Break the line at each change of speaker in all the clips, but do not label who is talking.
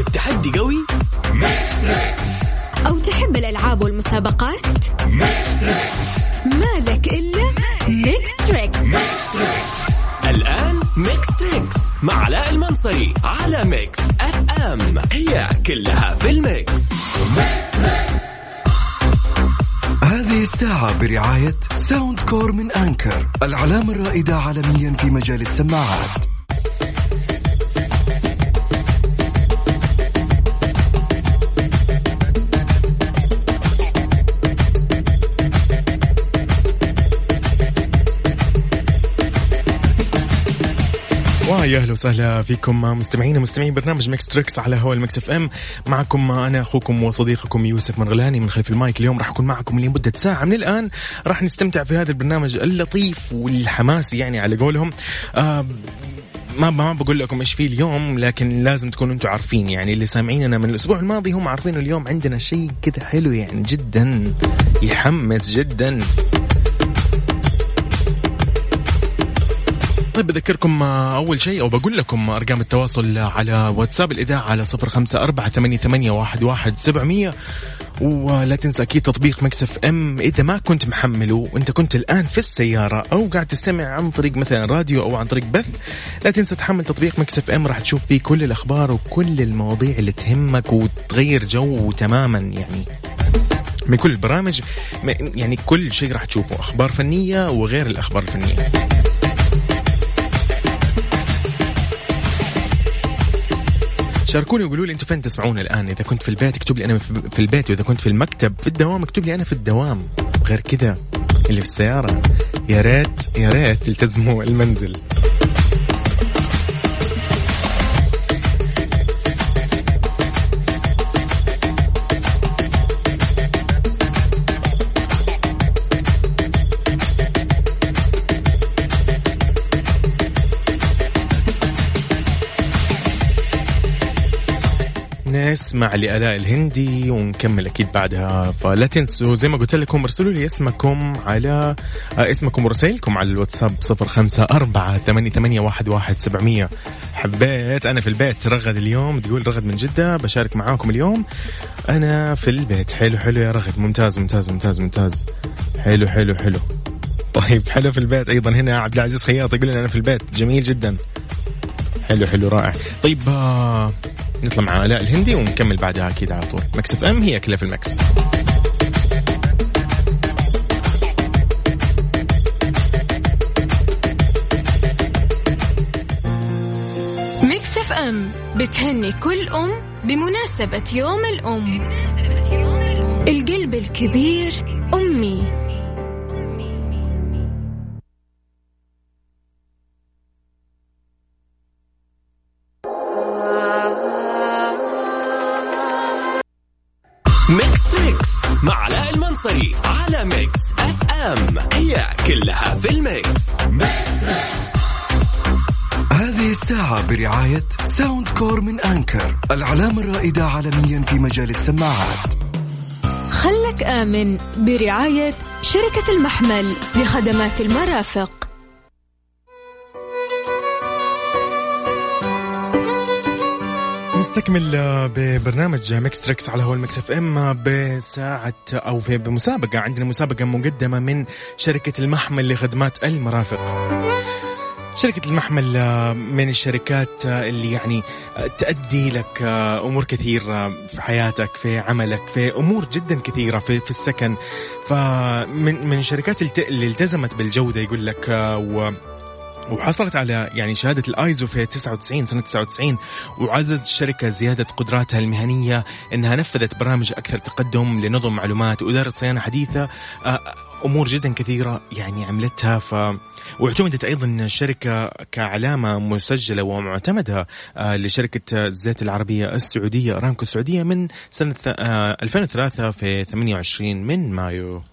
التحدي قوي؟
أو تحب الألعاب والمسابقات؟ مالك إلا ميكس تريكس.
الآن ميكس تريكس مع علاء المنصري على ميكس اف ام. هي كلها في الميكس.
هذه الساعة برعاية ساوند كور من أنكر، العلامة الرائدة عالميا في مجال السماعات.
يا أهلا وسهلا فيكم مستمعين برنامج ميكس تريكس على هوا الميكس اف ام. معكم أنا أخوكم وصديقكم يوسف مرغلاني من خلف المايك. اليوم راح أكون معكم لمدة ساعة من الآن. راح نستمتع في هذا البرنامج اللطيف والحماسي يعني على قولهم. ما بقول لكم إيش فيه اليوم، لكن لازم تكونوا أنتوا عارفين، يعني اللي سامعيننا من الأسبوع الماضي هم عارفين اليوم عندنا شيء كده حلو يعني جدا يحمس جدا. طيب بذكركم أول شيء أو بقول لكم أرقام التواصل على واتساب الإذاعة على 0548811700. ولا تنسى أكيد تطبيق ميكس اف ام إذا ما كنت محمله وإنت كنت الآن في السيارة أو قاعد تستمع عن طريق مثلا راديو أو عن طريق بث. لا تنسى تحمل تطبيق ميكس اف ام، راح تشوف فيه كل الأخبار وكل المواضيع اللي تهمك وتغير جو تماما يعني من كل البرامج. يعني كل شيء راح تشوفه، أخبار فنية وغير الأخبار الفنية. شاركوني وقولوا لي انتوا فين تسمعونا الآن. إذا كنت في البيت اكتب لي أنا في البيت، وإذا كنت في المكتب في الدوام اكتب لي أنا في الدوام. غير كذا اللي في السيارة يا ريت تلتزموا المنزل. نسمع لآلاء الهندي ونكمل أكيد بعدها. فلا تنسوا زي ما قلت لكم ارسلوا لي اسمكم على اسمكم ورسائلكم على الواتساب 0548811700. حبيت أنا في البيت. رغد اليوم تقول رغد من جدة بشارك معاكم اليوم أنا في البيت. حلو يا رغد، ممتاز. حلو. طيب حلو في البيت أيضا. هنا عبد العزيز خياط يقول أنا في البيت. جميل جدا، حلو رائع. طيب نطلع مع آلاء الهندي ونكمل بعدها أكيد على طول. ميكس اف ام هي كلها في الميكس.
ميكس اف ام بتهني كل أم بمناسبة يوم الأم. القلب الكبير أمي.
ميكس تريكس مع علاء المنصري على ميكس اف ام. هي كلها في الميكس.
هذه الساعة برعاية ساوند كور من أنكر، العلامة الرائدة عالميا في مجال السماعات.
خلك آمن برعاية شركة المحمل لخدمات المرافق.
نستكمل ببرنامج ميكس تريكس على هو الميكس اف ام بساعة أو بمسابقة. عندنا مسابقة مقدمة من شركة المحمل لخدمات المرافق. شركة المحمل من الشركات اللي يعني تأدي لك أمور كثيرة في حياتك، في عملك، في أمور جدا كثيرة في السكن. فمن الشركات اللي التزمت بالجودة يقول لك وحصلت على يعني شهادة الآيزو في 99 سنة 99. وعززت الشركة زيادة قدراتها المهنية أنها نفذت برامج أكثر تقدم لنظم معلومات وإدارة صيانة حديثة. أمور جدا كثيرة يعني عملتها. واعتمدت أيضا الشركة كعلامة مسجلة ومعتمدة لشركة الزيت العربية السعودية أرامكو السعودية من سنة 2003 في 28 من مايو.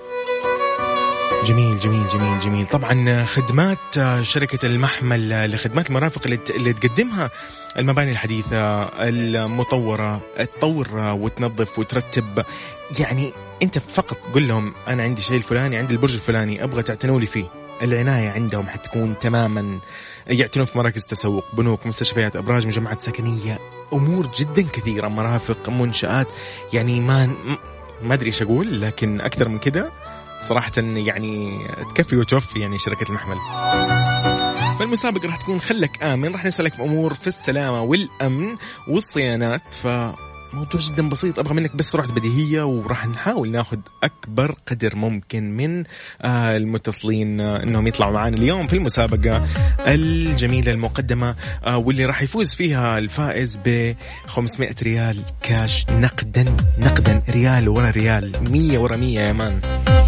جميل. طبعا خدمات شركة المحمل لخدمات المرافق اللي تقدمها المباني الحديثة المطورة، تطور وتنظف وترتب. يعني انت فقط قل لهم انا عندي شيء الفلاني، عندي البرج الفلاني ابغى تعتنوا لي فيه، العناية عندهم حتكون تماما، يعتنون في مراكز تسوق، بنوك، مستشفيات، أبراج، مجمعات سكنية، أمور جدا كثيرة، مرافق، منشآت. يعني ما أدري إيش أقول، لكن أكثر من كده صراحة يعني تكفي وتوفي يعني شركة المحمل. فالمسابقة راح تكون خلك آمن، راح نسألك في أمور في السلامة والأمن والصيانات. فموضوع جدا بسيط، أبغى منك بس سرعة بديهية، وراح نحاول ناخذ أكبر قدر ممكن من المتصلين أنهم يطلعوا معنا اليوم في المسابقة الجميلة المقدمة، واللي راح يفوز فيها الفائز ب 500 ريال كاش نقدا ريال ورا ريال، 100 ورا 100 يا مان.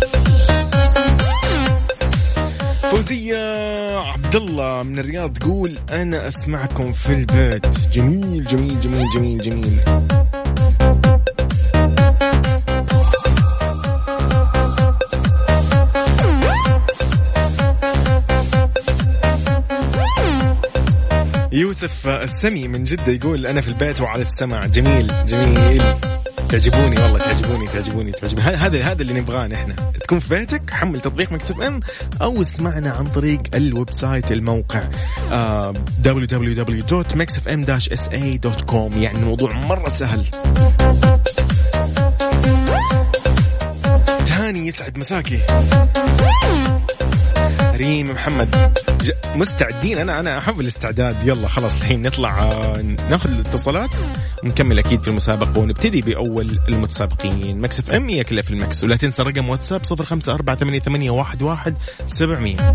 فوزية عبد الله من الرياض تقول أنا أسمعكم في البيت. جميل جميل جميل جميل جميل. يوسف السمي من جدة يقول أنا في البيت وعلى السمع. جميل جميل، تعجبوني والله، تعجبوني. هذا اللي نبغاه نحن. تكون في بيتك، حمل تطبيق مكس اف ام او اسمعنا عن طريق الويب سايت الموقع www.mixfm-sa.com. يعني الموضوع مرة سهل. تهاني يسعد مساكي. ريم محمد مستعدين. أنا أحب الاستعداد. يلا خلاص الحين نطلع ناخذ الاتصالات ونكمل أكيد في المسابقة، ونبتدي بأول المتسابقين. مكس اف ام هي كلها في المكس، ولا تنسى رقم واتساب 0548811700.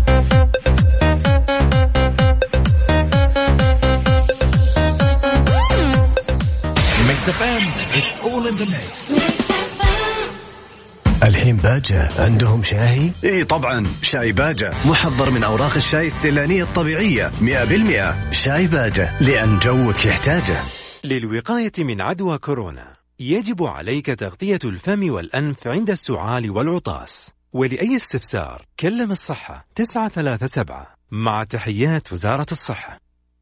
مكس اف ام it's all in the mix.
الحين باجة عندهم شاي؟ إيه طبعا، شاي باجة محضر من أوراق الشاي السيلانية الطبيعية 100%. شاي باجة، لأن جوك يحتاجه.
للوقاية من عدوى كورونا يجب عليك تغطية الفم والأنف عند السعال والعطاس. ولأي استفسار كلم الصحة 937. مع تحيات وزارة الصحة.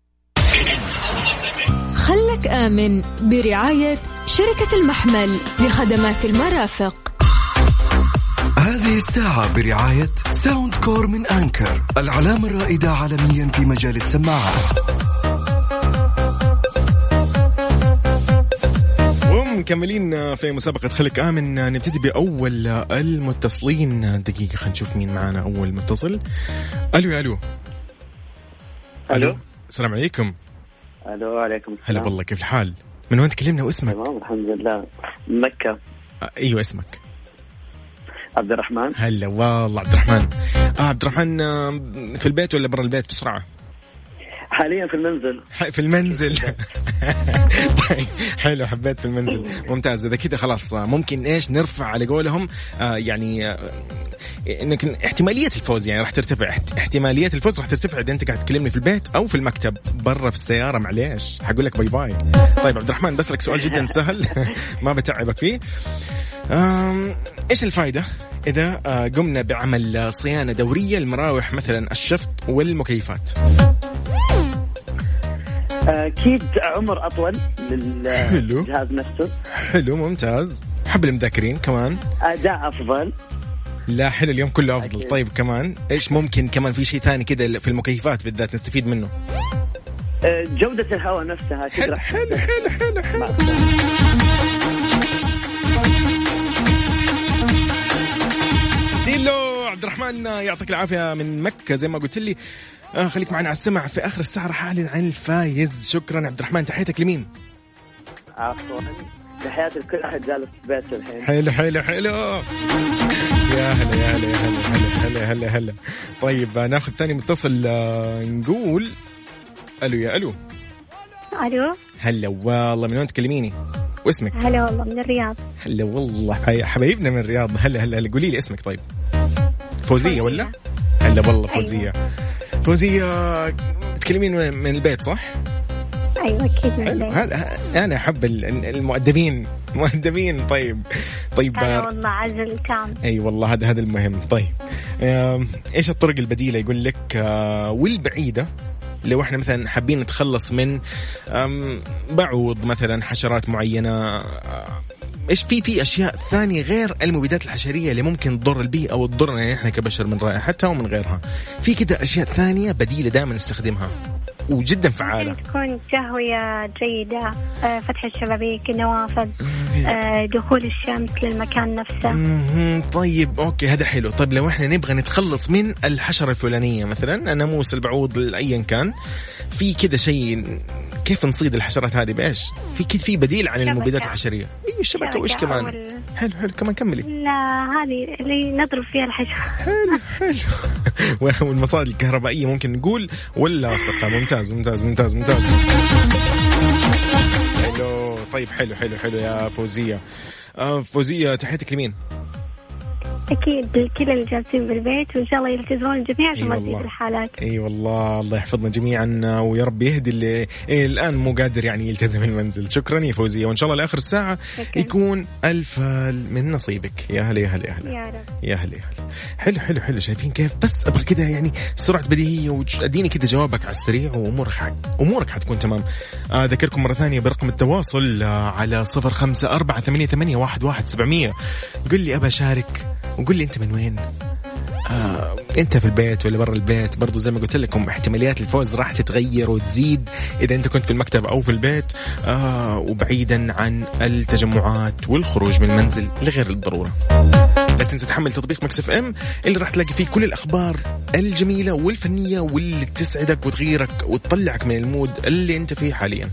خلك آمن برعاية شركة المحمل لخدمات المرافق.
هذه الساعة برعاية ساوند كور من أنكر، العلامة الرائدة عالميا في مجال السماعات.
ومكملين في مسابقة خلك آمن. نبتدي بأول المتصلين. دقيقة خلينا نشوف مين معنا أول متصل. ألو. السلام عليكم.
ألو عليكم السلام.
هلا والله، كيف الحال؟ من وين تكلمنا واسمك؟
تمام الحمد لله، مكة.
أيوة اسمك؟
عبد الرحمن.
هلا والله عبد الرحمن. عبد الرحمن في البيت ولا برا البيت بسرعة؟
حاليا في المنزل.
في المنزل. طيب حلو، حبيت في المنزل، ممتاز. إذا كده خلاص ممكن إيش نرفع على قولهم يعني إنك احتمالية الفوز يعني راح ترتفع. احتمالية الفوز راح ترتفع إذا أنت قاعد تكلمني في البيت أو في المكتب. برا في السيارة معليش حقول لك باي باي. طيب عبد الرحمن بس لك سؤال جدا سهل ما بتعبك فيه. إيش الفائدة إذا قمنا بعمل صيانة دورية لمراوح مثلا الشفط والمكيفات؟
أكيد عمر أطول للجهاز نفسه.
حلو ممتاز. حب المذاكرين كمان.
أداء أفضل.
لا حلو، اليوم كله أفضل.
أكيد.
طيب كمان إيش ممكن كمان في شيء ثاني كده في المكيفات بالذات نستفيد منه؟
جودة الهواء نفسها.
حلو. ديلو عبد الرحمن يعطيك العافية من مكة زي ما قلت لي. خليك معنا على السمع. في آخر الساعة راح أعلن عن الفايز. شكرا عبد الرحمن. تحياتك لمين؟
عفوا، تحياتي لكل أحد جالس في بيته الحين.
حلو. يا هلا. طيب ناخذ ثاني متصل. نقول ألو. هلا والله، من وين تكلميني واسمك؟
هلا والله من الرياض.
هلا والله حبايبنا من الرياض. هلا قولي لي اسمك. طيب فوزية ولا؟ هلا والله فوزية. فوزية تكلمين من البيت صح؟
أيوة أكيد من البيت.
هذا أنا أحب المؤدبين. طيب
والله عجل كام.
أي والله هذا المهم. طيب إيش الطرق البديلة يقول لك والبعيدة لو احنا مثلا حابين نتخلص من بعوض مثلا حشرات معينة، إيش في أشياء ثانية غير المبيدات الحشرية اللي ممكن تضر البيئة أو تضرنا يعني إحنا كبشر من رائحتها ومن غيرها؟ في كده أشياء ثانية بديلة دائما نستخدمها وجدا فعالة.
تكون تهوية جيدة، فتح الشبابيك، النوافذ، دخول الشمس للمكان نفسه.
طيب أوكي هذا حلو. طيب لو إحنا نبغى نتخلص من الحشرة الفلانية مثلا الناموس، البعوض، أيا كان، في كده شيء كيف نصيد الحشرات هذه بإيش؟ في بديل عن المبيدات الحشرية؟ أيوة الشبكة. وإيش كمان؟ حلو كمان كملي.
لا هذه اللي نضرب فيها الحشرة.
حلو. والمصائد الكهربائية ممكن نقول ولا لاصقة؟ ممتاز. حلو. طيب حلو يا فوزية. فوزية تحياتك لمين؟
أكيد الكل اللي جالسين بالبيت، وإن شاء الله يلتزمون الجميع عشان ما تزيد الحالات.
والله الله يحفظنا جميعا ويرب يهدي اللي الآن مو قادر يعني يلتزم المنزل. شكرا يا فوزية، وإن شاء الله لآخر الساعة يكون ألف من نصيبك. يا هلا يا هلا. حلو. شايفين كيف؟ بس أبغى كده يعني سرعة بديهية وأديني كده جوابك على السريع وأمورك حتكون تمام. أذكركم مرة ثانية برقم التواصل على 0548811700. قل لي أبى أشارك وقل لي أنت من وين. أنت في البيت ولا برا البيت؟ برضو زي ما قلت لكم احتماليات الفوز راح تتغير وتزيد إذا أنت كنت في المكتب أو في البيت، وبعيدا عن التجمعات والخروج من المنزل لغير الضرورة. لا تنسى تحمل تطبيق مكس اف ام اللي راح تلاقي فيه كل الأخبار الجميلة والفنية واللي تسعدك وتغيرك وتطلعك من المود اللي أنت فيه حاليا.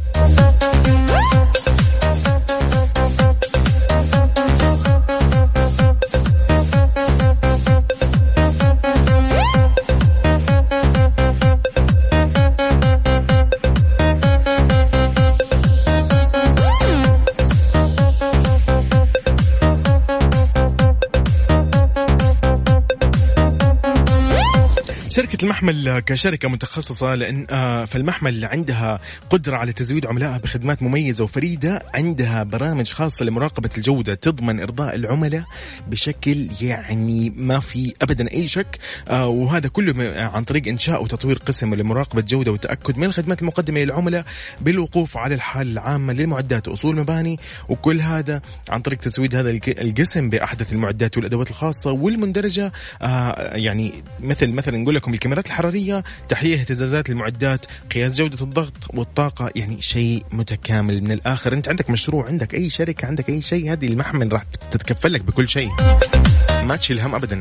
شركة المحمل كشركة متخصصة لأن فالمحمل عندها قدرة على تزويد عملائها بخدمات مميزة وفريدة. عندها برامج خاصة لمراقبة الجودة تضمن إرضاء العملاء بشكل يعني ما في أبدا أي شك، وهذا كله عن طريق إنشاء وتطوير قسم لمراقبة جودة والتأكد من الخدمات المقدمة للعملاء بالوقوف على الحالة العامة للمعدات وأصول مباني، وكل هذا عن طريق تزويد هذا القسم بأحدث المعدات والأدوات الخاصة والمندرجة. يعني مثلا نقول لكم الكاميرات الحرارية، تحليل اهتزازات المعدات، قياس جودة الضغط والطاقة، يعني شيء متكامل من الآخر. أنت عندك مشروع، عندك أي شركة، عندك أي شيء، هذه المحمل راح تتكفل لك بكل شيء، ما تشيل هم أبدا.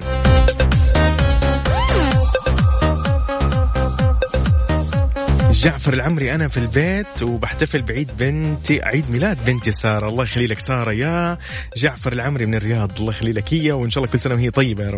جعفر العمري أنا في البيت وبحتفل عيد ميلاد بنتي سارة. الله يخلي لك سارة يا جعفر العمري من الرياض، الله يخلي لك هي، وإن شاء الله كل سنة وهي طيبة يا رب.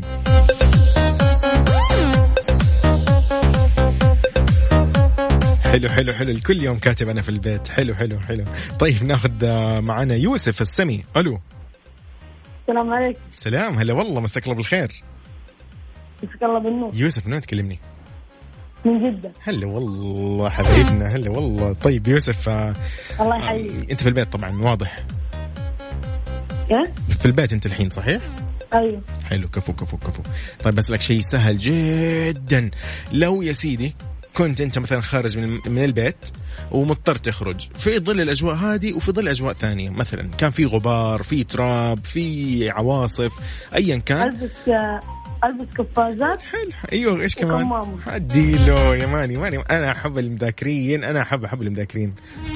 حلو الكل يوم كاتب أنا في البيت. حلو. طيب ناخذ معنا يوسف السمي. ألو.
السلام عليكم.
سلام، هلا والله، مساك الله بالخير.
مساك الله بالنور.
يوسف من وين تكلمني؟
من جدة.
هلا والله حبيبنا، هلا والله. طيب يوسف
الله يحييك.
أنت في البيت طبعا واضح.
إيه؟
في البيت أنت الحين صحيح؟
أيوه.
حلو، كفو. طيب بس لك شيء سهل جدا. لو يا سيدي كنت أنت مثلا خارج من البيت ومضطر تخرج في ظل الأجواء هذه وفي ظل أجواء ثانية، مثلا كان في غبار، في تراب، في عواصف، أيا كان،
ألبس قفازات.
حلو. أيوه إيش كمان؟ أديله يا ماني أنا أحب المذاكرين، أنا أحب المذاكرين.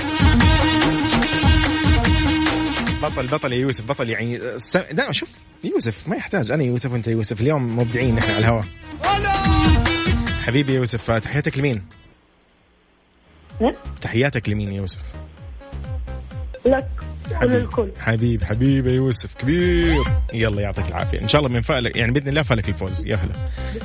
بطل يا يوسف، بطل يعني. لا شوف يوسف ما يحتاج أنا يوسف وأنت يوسف، اليوم مبدعين نحن على الهواء. حبيبي يوسف، تحياتك لمين؟ تحياتك لمين يا يوسف؟
لك وللكل.
حبيب يوسف كبير، يلا يعطيك العافية إن شاء الله من فعلك يعني بإذن الله فعلك الفوز. يا هلا.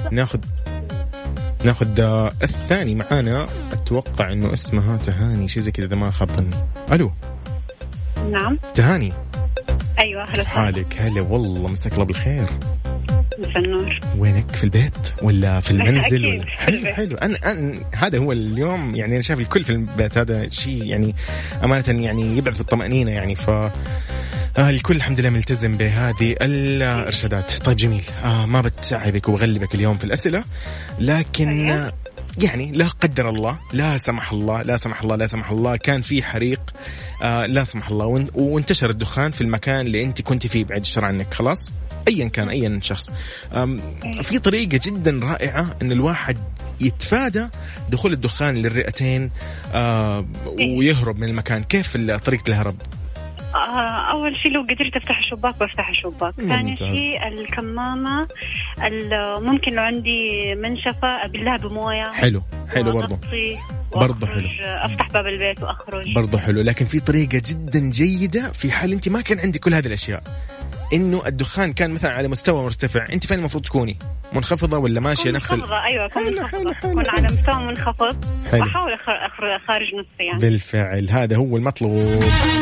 ناخذ الثاني معانا، أتوقع إنه اسمها تهاني شيء زي كذا إذا ما خاب ظني. ألو.
نعم
تهاني.
أيوة هلا.
حالك؟ هلا والله، مساك الله بالخير.
مساء النور.
وينك، في البيت ولا في المنزل؟
ولا؟
حلو. أنا هذا هو اليوم يعني أنا شايف الكل في البيت، هذا شيء يعني أمانة يعني يبعث بالطمأنينة يعني. الكل الحمد لله ملتزم بهذه الإرشادات. طيب جميل. ما بتعبك وغلبك اليوم في الأسئلة، لكن يعني لا قدر الله، لا سمح الله، لا سمح الله، لا سمح الله، كان في حريق، لا سمح الله، وانتشر الدخان في المكان اللي انت كنت فيه بعد الشر عنك، خلاص ايا كان اي شخص، في طريقة جدا رائعة ان الواحد يتفادى دخول الدخان للرئتين ويهرب من المكان. كيف طريقة الهرب؟
أول شيء لو قدرت أفتح الشباك بفتح الشباك. ثاني شيء الكمامة، ممكن لو عندي منشفة أبلها بموية. حلو
برضو حلو،
أفتح باب البيت وأخرج
برضو حلو. لكن في طريقة جدا جيدة في حال أنت ما كان عندك كل هذه الأشياء، إنه الدخان كان مثلا على مستوى مرتفع، أنت فين المفروض تكوني؟ منخفضة ولا ماشية نفس
أيوة كون على مستوى منخفض، وأحاول خارج نصي يعني.
بالفعل هذا هو المطلوب،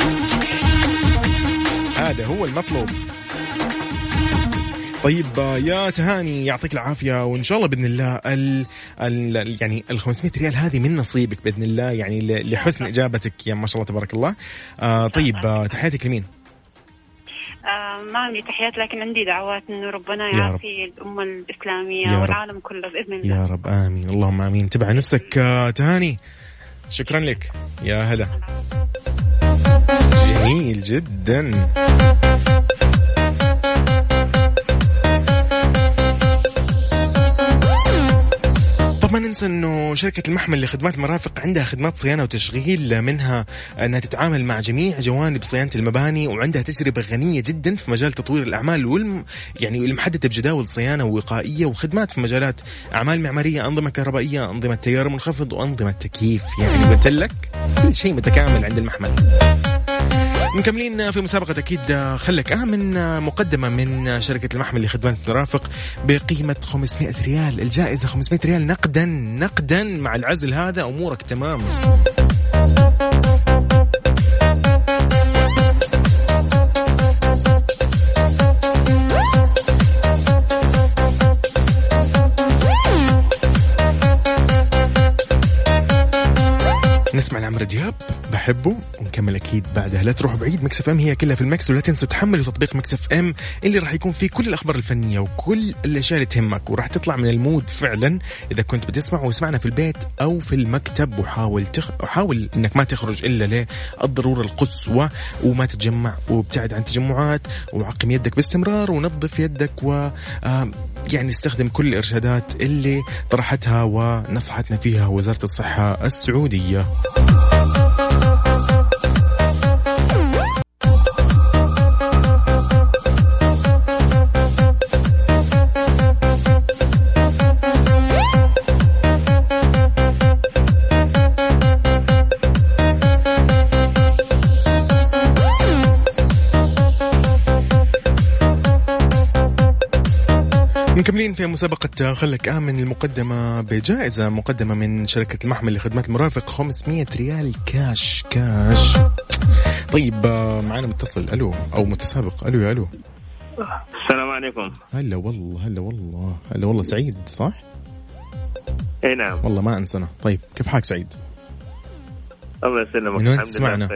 هذا هو المطلوب. طيب يا تهاني يعطيك العافية، وإن شاء الله بإذن الله يعني 500 ريال هذه من نصيبك بإذن الله، يعني لحسن إجابتك يا ما شاء الله تبارك الله. طيب تحياتك لمين؟
ما عندي تحيات، لكن عندي دعوات إنه ربنا يعافي الأمة الإسلامية والعالم كله بإذن الله.
يا رب آمين، اللهم آمين. تبع نفسك تهاني، شكرا لك، يا هلا، جميل جدا. ما ننسى أنه شركة المحمل لخدمات المرافق عندها خدمات صيانة وتشغيل، منها أنها تتعامل مع جميع جوانب صيانة المباني، وعندها تجربة غنية جدا في مجال تطوير الأعمال يعني المحددة بجداول صيانة وقائية، وخدمات في مجالات أعمال معمارية، أنظمة كهربائية، أنظمة تيار منخفض، وأنظمة تكييف. يعني قلت لك كل شيء متكامل عند المحمل. مكملين في مسابقة أكيد خلك آمن، مقدمة من شركة المحمل لخدمات المرافق بقيمة 500 ريال. الجائزة 500 ريال نقدا مع العزل، هذا أمورك تمام. نسمع لعمرو دياب بحبه، ونكمل أكيد بعدها. لا تروحوا بعيد، مكس اف ام هي كلها في المكس، ولا تنسوا تحملوا تطبيق مكس اف ام اللي راح يكون فيه كل الأخبار الفنية وكل الأشياء اللي تهمك، وراح تطلع من المود فعلا إذا كنت بتسمع واسمعنا في البيت أو في المكتب. وحاول إنك ما تخرج إلا للضرورة القصوى، وما تتجمع، وابتعد عن تجمعات، وعقم يدك باستمرار، ونظف يدك، يعني استخدم كل الإرشادات اللي طرحتها ونصحتنا فيها وزارة الصحة السعودية. مكملين في مسابقة خلك آمن، المقدمة بجائزة مقدمة من شركة المحمل لخدمات المرافق 500 ريال كاش. طيب معنا متصل، ألو، أو متسابق. ألو يا ألو.
السلام عليكم.
هلا والله سعيد صح؟
اي نعم
والله ما أنسنا. طيب كيف حالك سعيد؟
الله يسلمك.
من وين تسمعنا؟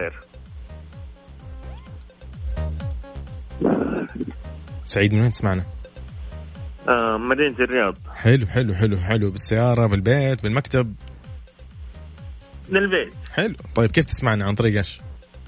سعيد من وين تسمعنا؟
مدينة الرياض.
حلو. بالسيارة، بالبيت، بالمكتب؟
بالبيت.
حلو. طيب كيف تسمعنا؟ عن طريق ايش؟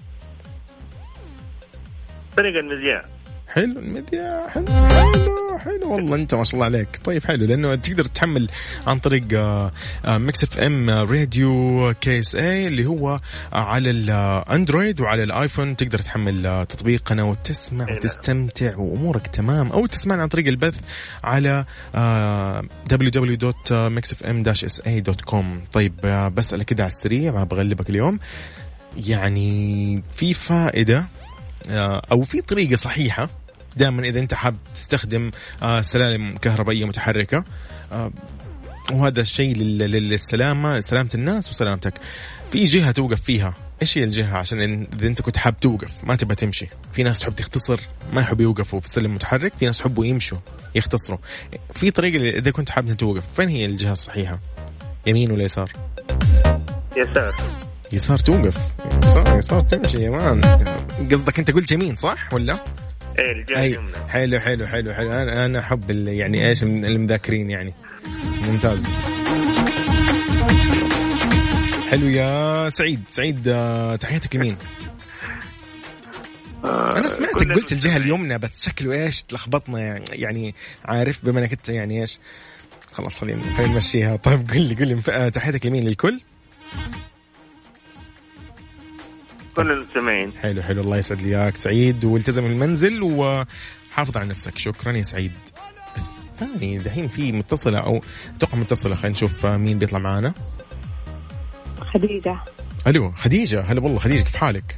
طريق المذياع.
حلو المذياع. حلو والله انت ما شاء الله عليك. طيب حلو، لانه تقدر تحمل عن طريق ميكس اف ام راديو KSA اللي هو على الاندرويد، وعلى الايفون تقدر تحمل تطبيقنا وتسمع وتستمتع وامورك تمام، او تسمعنا عن طريق البث على www.mixfm-sa.com. طيب بسألك كده على السريع، ما بغلبك اليوم، يعني في فائدة أو في طريقة صحيحة دائما إذا أنت حاب تستخدم سلالم كهربائية متحركة، وهذا الشيء للسلامة، سلامة الناس وسلامتك، في جهة توقف فيها. إيش هي الجهة؟ عشان إذا أنت كنت حاب توقف ما تبى تمشي، في ناس تحب تختصر ما يحب يوقفوا في السلم المتحرك، في ناس يحبوا يمشوا يختصروا. في طريقة إذا كنت حاب توقف، فين هي الجهة الصحيحة؟ يمين ولا يسار؟ يسار توقف. يسار تمشي يا مان. قصدك أنت قلت يمين صح ولا؟
أي
حلو. أنا أحب يعني إيش المذاكرين يعني. ممتاز. حلو يا سعيد. تحياتك لمين؟ أنا سمعتك قلت الجهة اليمنى بس شكله إيش تلخبطنا يعني عارف بما أنك أنت يعني إيش خلاص خلينا نمشيها. طيب قل لي تحياتك لمين؟ للكل؟
كل المستمعين.
حلو الله يسعد لي إياك سعيد، والتزم المنزل وحافظ على نفسك. شكرا يا سعيد. الثاني دحين في متصلة أو توقع متصلة، خلينا نشوف مين بيطلع معانا.
خديجة.
ألو خديجة، هلا والله خديجة، كيف حالك؟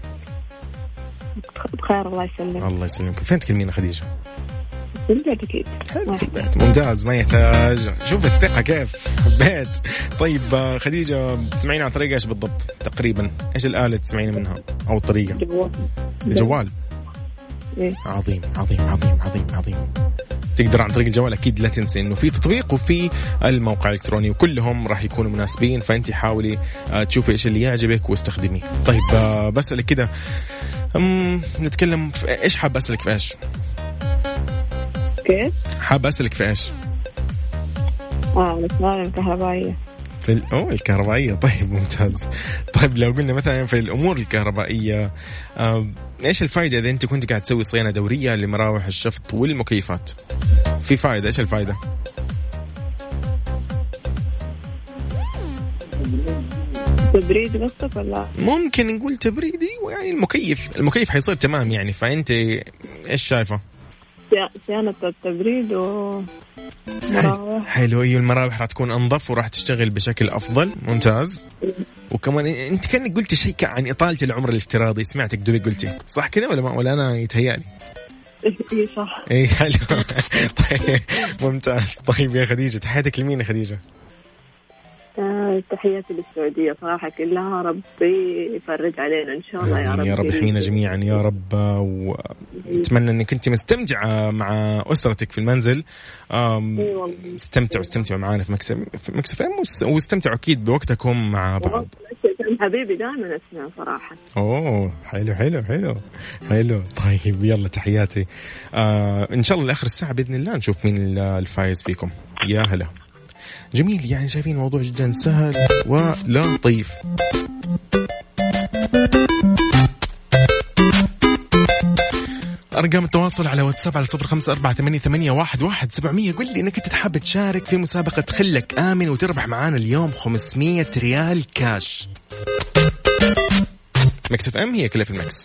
بخير الله يسلمك.
الله يسلمك. فين تكلمين خديجة؟
في البيت أكيد.
في البيت، ممتاز، ما يحتاج. شوف الثقة كيف في البيت. طيب خديجة تسمعين عن طريقة إيش بالضبط تقريبا؟ إيش الآلة تسمعين منها أو الطريقة؟ الجوال. إيه؟ عظيم. تقدر عن طريق الجوال. أكيد لا تنسي إنه في تطبيق وفي الموقع الإلكتروني وكلهم راح يكونوا مناسبين، فأنت حاولي تشوفي إيش اللي يعجبك واستخدميه. طيب بسألك كده، نتكلم في إيش؟ حاب أسألك في إيش؟
كيف؟
حاب أسألك في إيش؟
الأسئلة الكهربائية.
في الكهربائية. طيب ممتاز. طيب لو قلنا مثلا في الأمور الكهربائية، إيش الفائدة إذا أنت كنت قاعد تسوي صيانة دورية لمراوح الشفط والمكيفات؟ في فائدة، إيش الفائدة؟
تبريد قصدك ولا؟
ممكن نقول تبريدي، ويعني المكيف حيصير تمام يعني، فأنت إيش شايفة؟
صيانة التبريد ومراوح.
حلو. أيوة المراوح راح تكون أنظف وراح تشتغل بشكل أفضل. ممتاز. وكمان أنت كأنك قلتي شيء عن إطالة العمر الافتراضي، سمعتك دولي قلتي صح كده ولا أنا يتهيألي؟
إيه صح.
إيه حلو. طيب ممتاز. طيب يا خديجة تحياتك لمين يا خديجة؟
تحياتي للسعودية صراحة كلها، ربي يفرج علينا إن شاء الله يا رب.
يا رب يحيينا جميعا يا رب، وأتمنى أنك أنت مستمتعة مع أسرتك في المنزل. استمتعوا معانا في مكس اف ام، واستمتعوا أكيد بوقتكم مع بعض.
حبيبي دائما أسمع صراحة.
حلو. طيب يلا تحياتي. إن شاء الله لآخر الساعة بإذن الله نشوف مين الفايز فيكم. يا هلا. جميل، يعني شايفين الموضوع جدا سهل ولطيف. أرقام التواصل على واتساب على 0548811700. قل لي إنك تحب تشارك في مسابقة خلك آمن وتربح معانا اليوم 500 ريال كاش. مكس اف ام هي كلها في المكس.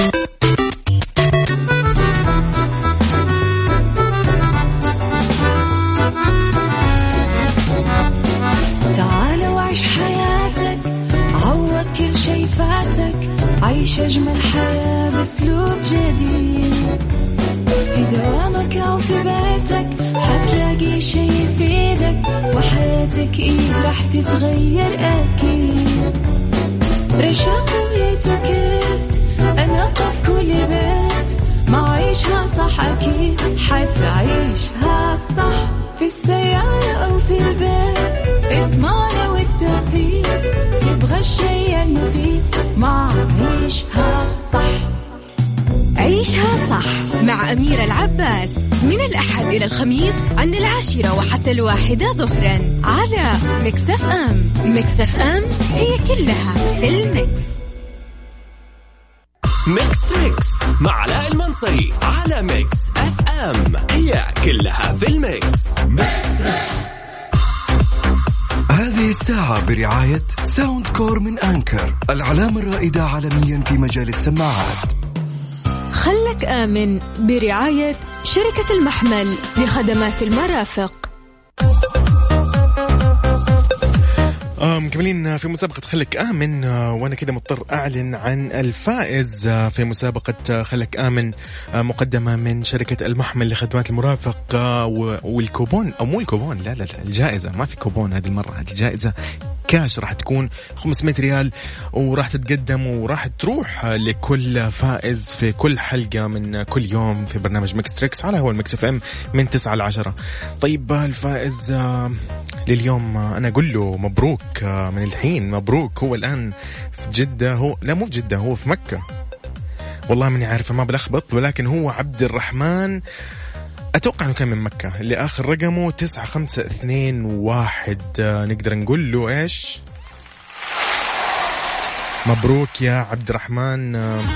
تعال وعيش حياتك، عوض كل شي فاتك، عيش أجمل حياة بأسلوب جديد. في دوامك أو في بيتك حتلاقي شي يفيدك، وحياتك إيه راح تتغير أكيد. رشاق ويتوكيت أنا قف كل بيت، ما عيشها صح أكيد حتعيشها صح. في السيارة أو في البيت اسمعنا والتوفيق، تبغى الشيء المفيد ما عيشها صح.
عيشها صح مع أميرة العباس، من الأحد إلى الخميس عند 10 وحتى 1 ظهرا على ميكس اف ام. ميكس اف ام هي كلها في الميكس.
ميكس تريكس مع علاء المنصري على ميكس اف ام، هي كلها في الميكس. ميكس تريكس.
هذه الساعة برعاية ساوند كور من أنكر، العلامة الرائدة عالميا في مجال السماعات.
خلك آمن برعاية شركة المحمل لخدمات المرافق.
مكملين في مسابقة خلك آمن، وأنا كده مضطر أعلن عن الفائز في مسابقة خلك آمن مقدمة من شركة المحمل لخدمات المرافق. والكوبون أو مو الكوبون، لا الجائزة، ما في كوبون هذه المرة، هذه الجائزة كاش راح تكون 500 ريال، وراح تتقدم وراح تروح لكل فائز في كل حلقة من كل يوم في برنامج ميكس تريكس على هو الميكس اف ام من 9 ل 10. طيب الفائز لليوم أنا أقول له مبروك من الحين، مبروك. هو الآن في جدة، هو لا مو في جدة، هو في مكة، والله مني عارفة ما بلخبط، ولكن هو عبد الرحمن، أتوقع أنه كان من مكة، اللي آخر رقمه 9521. نقدر نقول له إيش؟ مبروك يا عبد الرحمن،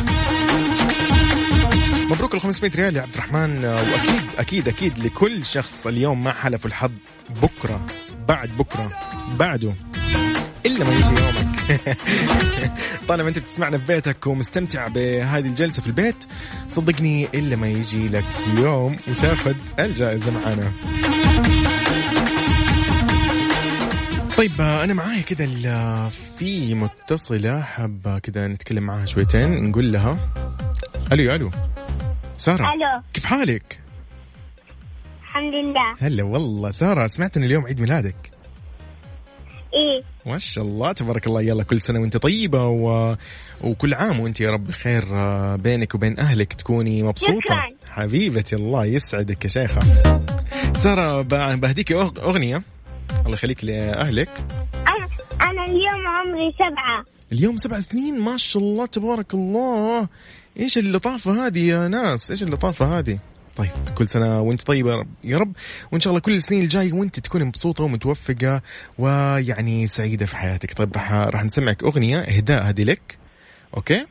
مبروك 500 ريال يا عبد الرحمن. وأكيد أكيد أكيد لكل شخص اليوم ما حلف الحظ بكرة بعد بكرة بعده إلا ما يجي يومك. طالما أنت تسمعنا في بيتك ومستمتع بهذه الجلسة في البيت، صدقني إلا ما يجي لك يوم وتاخذ الجائزة معنا. طيب أنا معايا كده في متصلة حابة كده نتكلم معاها شويتين، نقول لها ألو سارة.
ألو،
كيف حالك؟
الحمد لله.
هلا والله سارة، سمعت إن اليوم عيد ميلادك.
إيه
ما شاء الله تبارك الله. يلا كل سنة وانت طيبة وكل عام وانت يا رب خير بينك وبين أهلك، تكوني مبسوطة.
شكرا
حبيبتي، الله يسعدك يا شيخة. سارة بهديك أغنية، الله يخليك لأهلك.
أنا اليوم عمري 7.
اليوم 7 سنين، ما شاء الله تبارك الله. إيش اللطافة هذه يا ناس، إيش اللطافة هذه. طيب كل سنة وانت طيبة يا رب، وإن شاء الله كل السنين الجاية وانت تكوني مبسوطة ومتوفقة ويعني سعيدة في حياتك. طيب راح نسمعك أغنية إهداء هذه لك. أوكي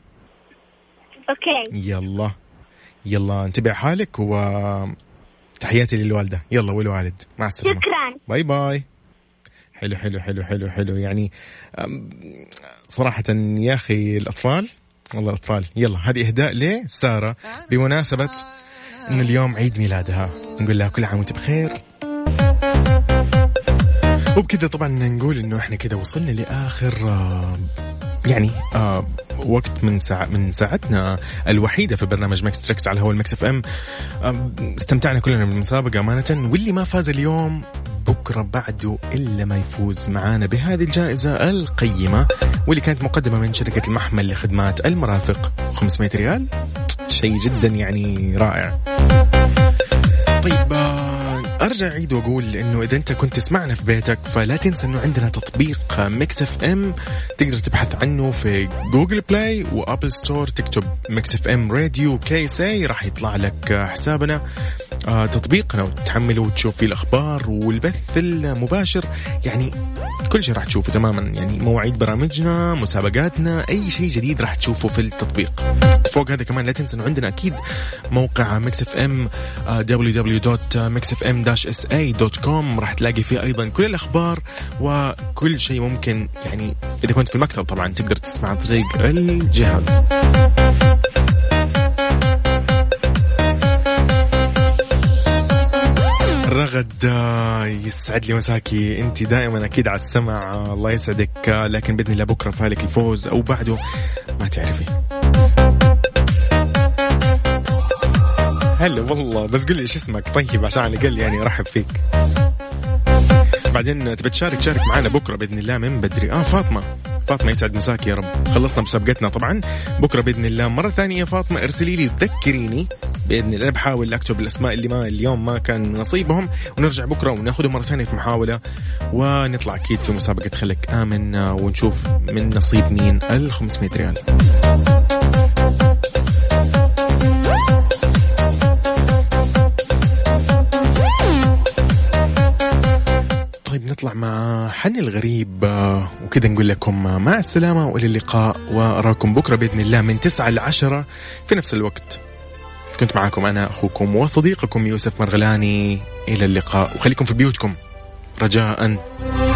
يلا انتبه حالك، وتحياتي للوالدة يلا والوالد، مع السلامة.
شكرا،
باي باي. حلو حلو حلو حلو حلو. يعني صراحة يا أخي الأطفال، والله الأطفال. يلا هذه إهداء لسارة بمناسبة إن اليوم عيد ميلادها، نقول لها كل عام وانت بخير. وبكذا طبعا نقول إنه إحنا كذا وصلنا لآخر يعني وقت من ساعتنا الوحيدة في برنامج ميكس تريكس على هو الميكس اف ام. استمتعنا كلنا بالمسابقة أمانة، واللي ما فاز اليوم بكرة بعده إلا ما يفوز معانا بهذه الجائزة القيمة، واللي كانت مقدمة من شركة المحمل لخدمات المرافق، 500 ريال. شيء جدا يعني رائع. طيب أرجع أعيد وأقول إنه إذا أنت كنت تسمعنا في بيتك فلا تنسى إنه عندنا تطبيق ميكس اف ام، تقدر تبحث عنه في جوجل بلاي وأبل ستور، تكتب ميكس اف ام راديو KSA راح يطلع لك حسابنا تطبيقنا، وتحمله وتشوف فيه الأخبار والبث المباشر، يعني كل شيء راح تشوفه تماما، يعني مواعيد برامجنا، مسابقاتنا، أي شيء جديد راح تشوفه في التطبيق. فوق هذا كمان لا تنسى إنه عندنا أكيد موقع ميكس اف ام www.mixfm-sa.com، راح تلاقي فيه أيضا كل الأخبار وكل شيء ممكن، يعني إذا كنت في المكتب طبعا تقدر تسمع عن طريق الجهاز. رغد يسعد لي مساكي، انت دائما اكيد على السمع، الله يسعدك. لكن باذن الله بكره فالك الفوز او بعده ما تعرفي. هلا والله، بس قل لي ايش اسمك طيب عشان على الاقل يعني ارحب فيك. بعدين تبي شارك معنا بكره باذن الله من بدري. فاطمة يسعد مساك يا رب. خلصنا مسابقتنا طبعا، بكره باذن الله مره ثانيه فاطمه ارسلي لي تذكريني باذن الله. بحاول اكتب الاسماء اللي اليوم ما كان نصيبهم، ونرجع بكره وناخذهم مره ثانيه في محاوله، ونطلع اكيد في مسابقه خلك امن، ونشوف من نصيب مين 500 ريال. طيب نطلع مع حن الغريب وكذا نقول لكم مع السلامة وإلى اللقاء، وأراكم بكرة بإذن الله من 9 ل 10 في نفس الوقت. كنت معاكم أنا أخوكم وصديقكم يوسف مرغلاني. إلى اللقاء، وخليكم في بيوتكم رجاءً.